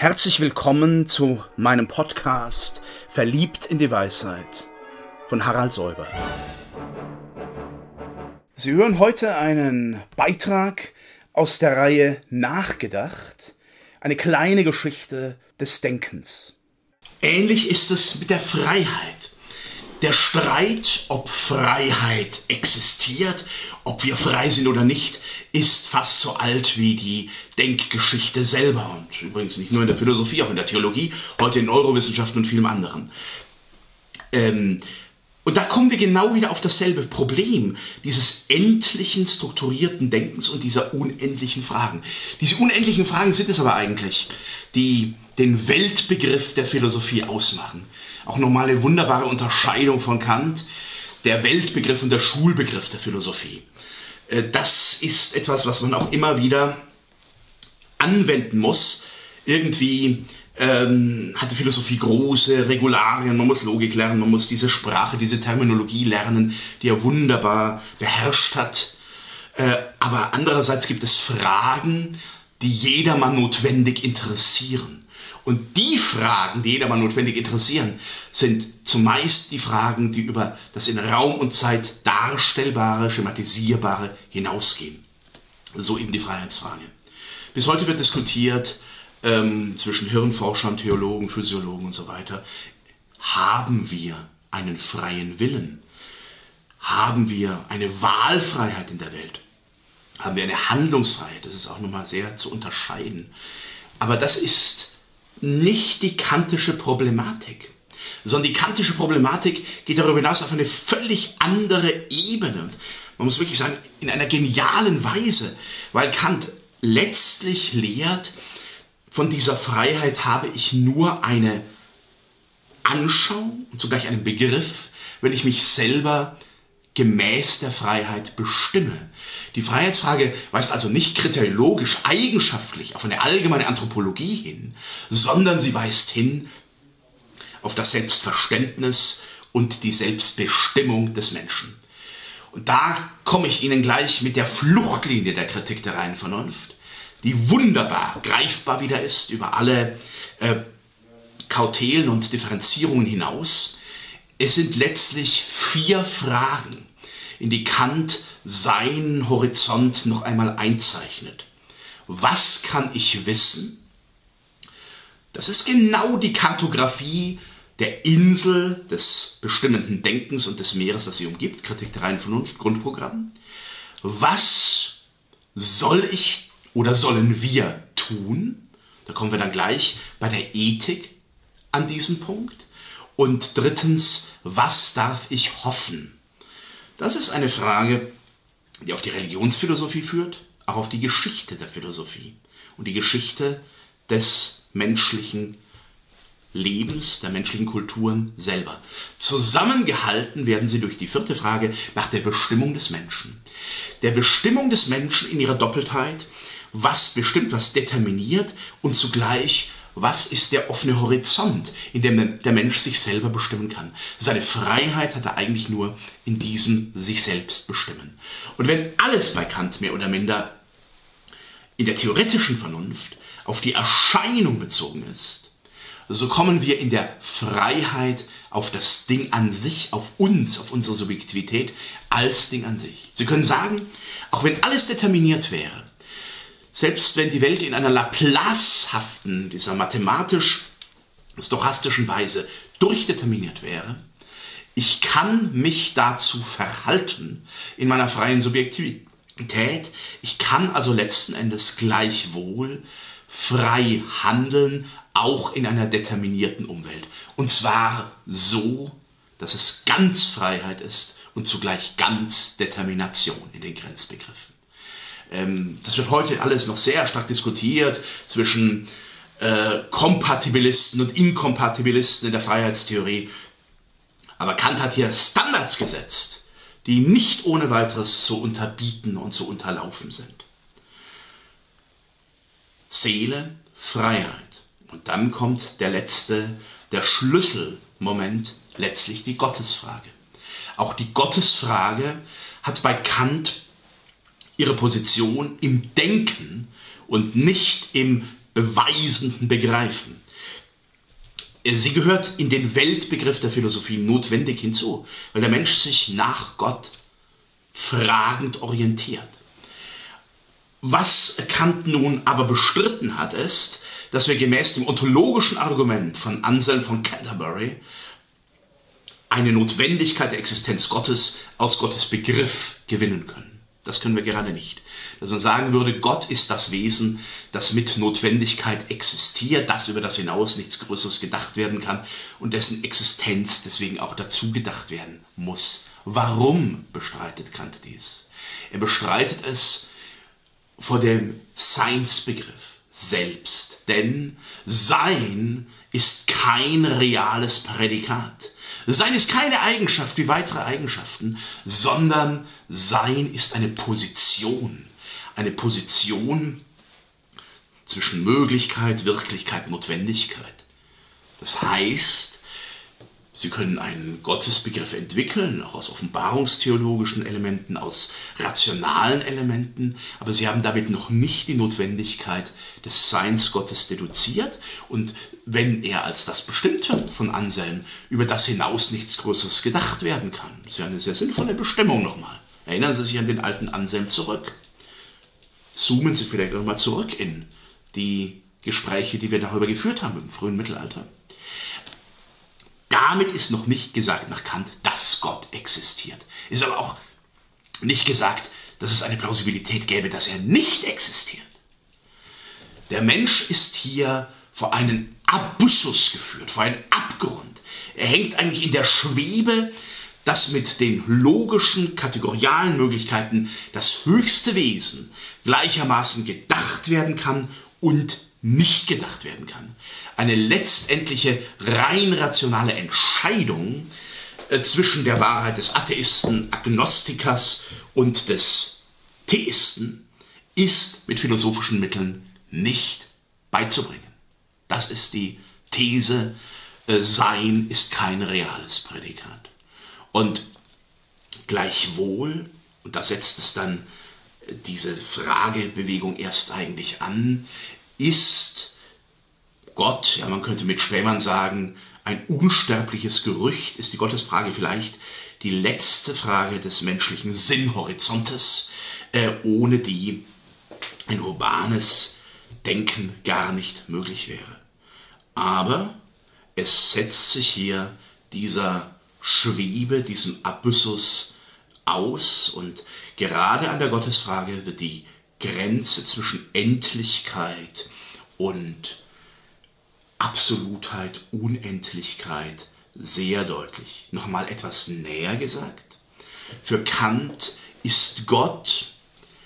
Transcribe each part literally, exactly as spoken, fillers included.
Herzlich willkommen zu meinem Podcast Verliebt in die Weisheit von Harald Säubert. Sie hören heute einen Beitrag aus der Reihe Nachgedacht, eine kleine Geschichte des Denkens. Ähnlich ist es mit der Freiheit. Der Streit, ob Freiheit existiert, ob wir frei sind oder nicht, ist fast so alt wie die Denkgeschichte selber. Und übrigens nicht nur in der Philosophie, auch in der Theologie, heute in Neurowissenschaften und vielem anderen. Ähm, und da kommen wir genau wieder auf dasselbe Problem, dieses endlichen, strukturierten Denkens und dieser unendlichen Fragen. Diese unendlichen Fragen sind es aber eigentlich, die den Weltbegriff der Philosophie ausmachen. Auch nochmal eine wunderbare Unterscheidung von Kant, der Weltbegriff und der Schulbegriff der Philosophie. Das ist etwas, was man auch immer wieder anwenden muss. Irgendwie ähm, hat die Philosophie große Regularien, man muss Logik lernen, man muss diese Sprache, diese Terminologie lernen, die er wunderbar beherrscht hat. Äh, aber andererseits gibt es Fragen, die jedermann notwendig interessieren. Und die Fragen, die jedermann notwendig interessieren, sind zumeist die Fragen, die über das in Raum und Zeit darstellbare, schematisierbare hinausgehen. So eben die Freiheitsfrage. Bis heute wird diskutiert ähm, zwischen Hirnforschern, Theologen, Physiologen und so weiter. Haben wir einen freien Willen? Haben wir eine Wahlfreiheit in der Welt? Haben wir eine Handlungsfreiheit? Das ist auch nochmal sehr zu unterscheiden. Aber das ist nicht die kantische Problematik, sondern die kantische Problematik geht darüber hinaus auf eine völlig andere Ebene. Und man muss wirklich sagen, in einer genialen Weise, weil Kant letztlich lehrt, von dieser Freiheit habe ich nur eine Anschauung und zugleich einen Begriff, wenn ich mich selber gemäß der Freiheit bestimme. Die Freiheitsfrage weist also nicht kriteriologisch, eigenschaftlich auf eine allgemeine Anthropologie hin, sondern sie weist hin auf das Selbstverständnis und die Selbstbestimmung des Menschen. Und da komme ich Ihnen gleich mit der Fluchtlinie der Kritik der reinen Vernunft, die wunderbar greifbar wieder ist über alle äh, Kautelen und Differenzierungen hinaus. Es sind letztlich vier Fragen, in die Kant seinen Horizont noch einmal einzeichnet. Was kann ich wissen? Das ist genau die Kartografie der Insel des bestimmenden Denkens und des Meeres, das sie umgibt, Kritik der reinen Vernunft, Grundprogramm. Was soll ich oder sollen wir tun? Da kommen wir dann gleich bei der Ethik an diesen Punkt. Und drittens, was darf ich hoffen? Das ist eine Frage, die auf die Religionsphilosophie führt, auch auf die Geschichte der Philosophie und die Geschichte des menschlichen Lebens, der menschlichen Kulturen selber. Zusammengehalten werden sie durch die vierte Frage nach der Bestimmung des Menschen. Der Bestimmung des Menschen in ihrer Doppeltheit, was bestimmt, was determiniert und zugleich was ist der offene Horizont, in dem der Mensch sich selber bestimmen kann? Seine Freiheit hat er eigentlich nur in diesem sich selbst bestimmen. Und wenn alles bei Kant mehr oder minder in der theoretischen Vernunft auf die Erscheinung bezogen ist, so kommen wir in der Freiheit auf das Ding an sich, auf uns, auf unsere Subjektivität als Ding an sich. Sie können sagen, auch wenn alles determiniert wäre, selbst wenn die Welt in einer Laplace-haften, dieser mathematisch-stochastischen Weise durchdeterminiert wäre, ich kann mich dazu verhalten in meiner freien Subjektivität. Ich kann also letzten Endes gleichwohl frei handeln, auch in einer determinierten Umwelt. Und zwar so, dass es ganz Freiheit ist und zugleich ganz Determination in den Grenzbegriffen. Das wird heute alles noch sehr stark diskutiert zwischen äh, Kompatibilisten und Inkompatibilisten in der Freiheitstheorie. Aber Kant hat hier Standards gesetzt, die nicht ohne weiteres zu unterbieten und zu unterlaufen sind. Seele, Freiheit. Und dann kommt der letzte, der Schlüsselmoment, letztlich die Gottesfrage. Auch die Gottesfrage hat bei Kant ihre Position im Denken und nicht im beweisenden Begreifen. Sie gehört in den Weltbegriff der Philosophie notwendig hinzu, weil der Mensch sich nach Gott fragend orientiert. Was Kant nun aber bestritten hat, ist, dass wir gemäß dem ontologischen Argument von Anselm von Canterbury eine Notwendigkeit der Existenz Gottes aus Gottes Begriff gewinnen können. Das können wir gerade nicht. Dass man sagen würde, Gott ist das Wesen, das mit Notwendigkeit existiert, das über das hinaus nichts Größeres gedacht werden kann und dessen Existenz deswegen auch dazu gedacht werden muss. Warum bestreitet Kant dies? Er bestreitet es vor dem Seinsbegriff selbst, denn Sein ist kein reales Prädikat. Sein ist keine Eigenschaft wie weitere Eigenschaften, sondern Sein ist eine Position. Eine Position zwischen Möglichkeit, Wirklichkeit, Notwendigkeit. Das heißt, Sie können einen Gottesbegriff entwickeln, auch aus offenbarungstheologischen Elementen, aus rationalen Elementen, aber Sie haben damit noch nicht die Notwendigkeit des Seins Gottes deduziert. Und wenn er als das bestimmt wird von Anselm, über das hinaus nichts Größeres gedacht werden kann, das ist ja eine sehr sinnvolle Bestimmung nochmal. Erinnern Sie sich an den alten Anselm zurück. Zoomen Sie vielleicht nochmal zurück in die Gespräche, die wir darüber geführt haben im frühen Mittelalter. Damit ist noch nicht gesagt nach Kant, dass Gott existiert. Ist aber auch nicht gesagt, dass es eine Plausibilität gäbe, dass er nicht existiert. Der Mensch ist hier vor einen Abyssus geführt, vor einen Abgrund. Er hängt eigentlich in der Schwebe, dass mit den logischen, kategorialen Möglichkeiten das höchste Wesen gleichermaßen gedacht werden kann und nicht gedacht werden kann. Eine letztendliche rein rationale Entscheidung äh, zwischen der Wahrheit des Atheisten, Agnostikers und des Theisten ist mit philosophischen Mitteln nicht beizubringen. Das ist die These, äh, Sein ist kein reales Prädikat. Und gleichwohl, und da setzt es dann äh, diese Fragebewegung erst eigentlich an, ist Gott, ja man könnte mit Spähmann sagen, ein unsterbliches Gerücht, ist die Gottesfrage vielleicht die letzte Frage des menschlichen Sinnhorizontes, äh, ohne die ein urbanes Denken gar nicht möglich wäre. Aber es setzt sich hier dieser Schwebe, diesem Abyssus aus und gerade an der Gottesfrage wird die Grenze zwischen Endlichkeit und Absolutheit, Unendlichkeit sehr deutlich. Nochmal etwas näher gesagt. Für Kant ist Gott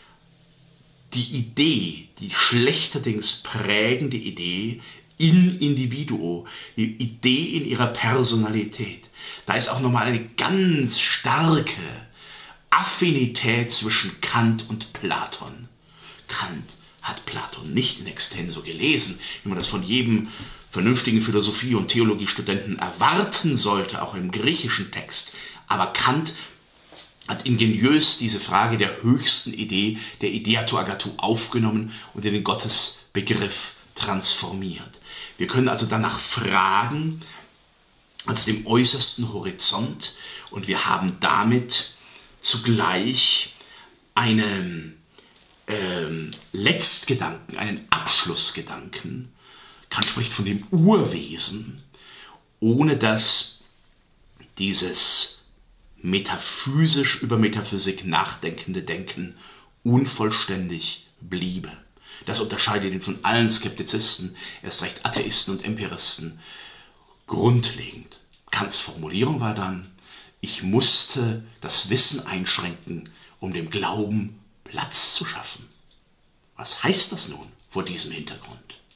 die Idee, die schlechterdings prägende Idee in individuo, die Idee in ihrer Personalität. Da ist auch nochmal eine ganz starke Affinität zwischen Kant und Platon. Kant hat Platon nicht in extenso gelesen, wie man das von jedem vernünftigen Philosophie- und Theologiestudenten erwarten sollte, auch im griechischen Text. Aber Kant hat ingeniös diese Frage der höchsten Idee, der Idea to agathou, aufgenommen und in den Gottesbegriff transformiert. Wir können also danach fragen, als dem äußersten Horizont, und wir haben damit zugleich einen ähm, Letztgedanken, einen Abschlussgedanken. Kant spricht von dem Urwesen, ohne dass dieses metaphysisch über Metaphysik nachdenkende Denken unvollständig bliebe. Das unterscheidet ihn von allen Skeptizisten, erst recht Atheisten und Empiristen, grundlegend. Kants Formulierung war dann: Ich musste das Wissen einschränken, um dem Glauben Platz zu schaffen. Was heißt das nun vor diesem Hintergrund?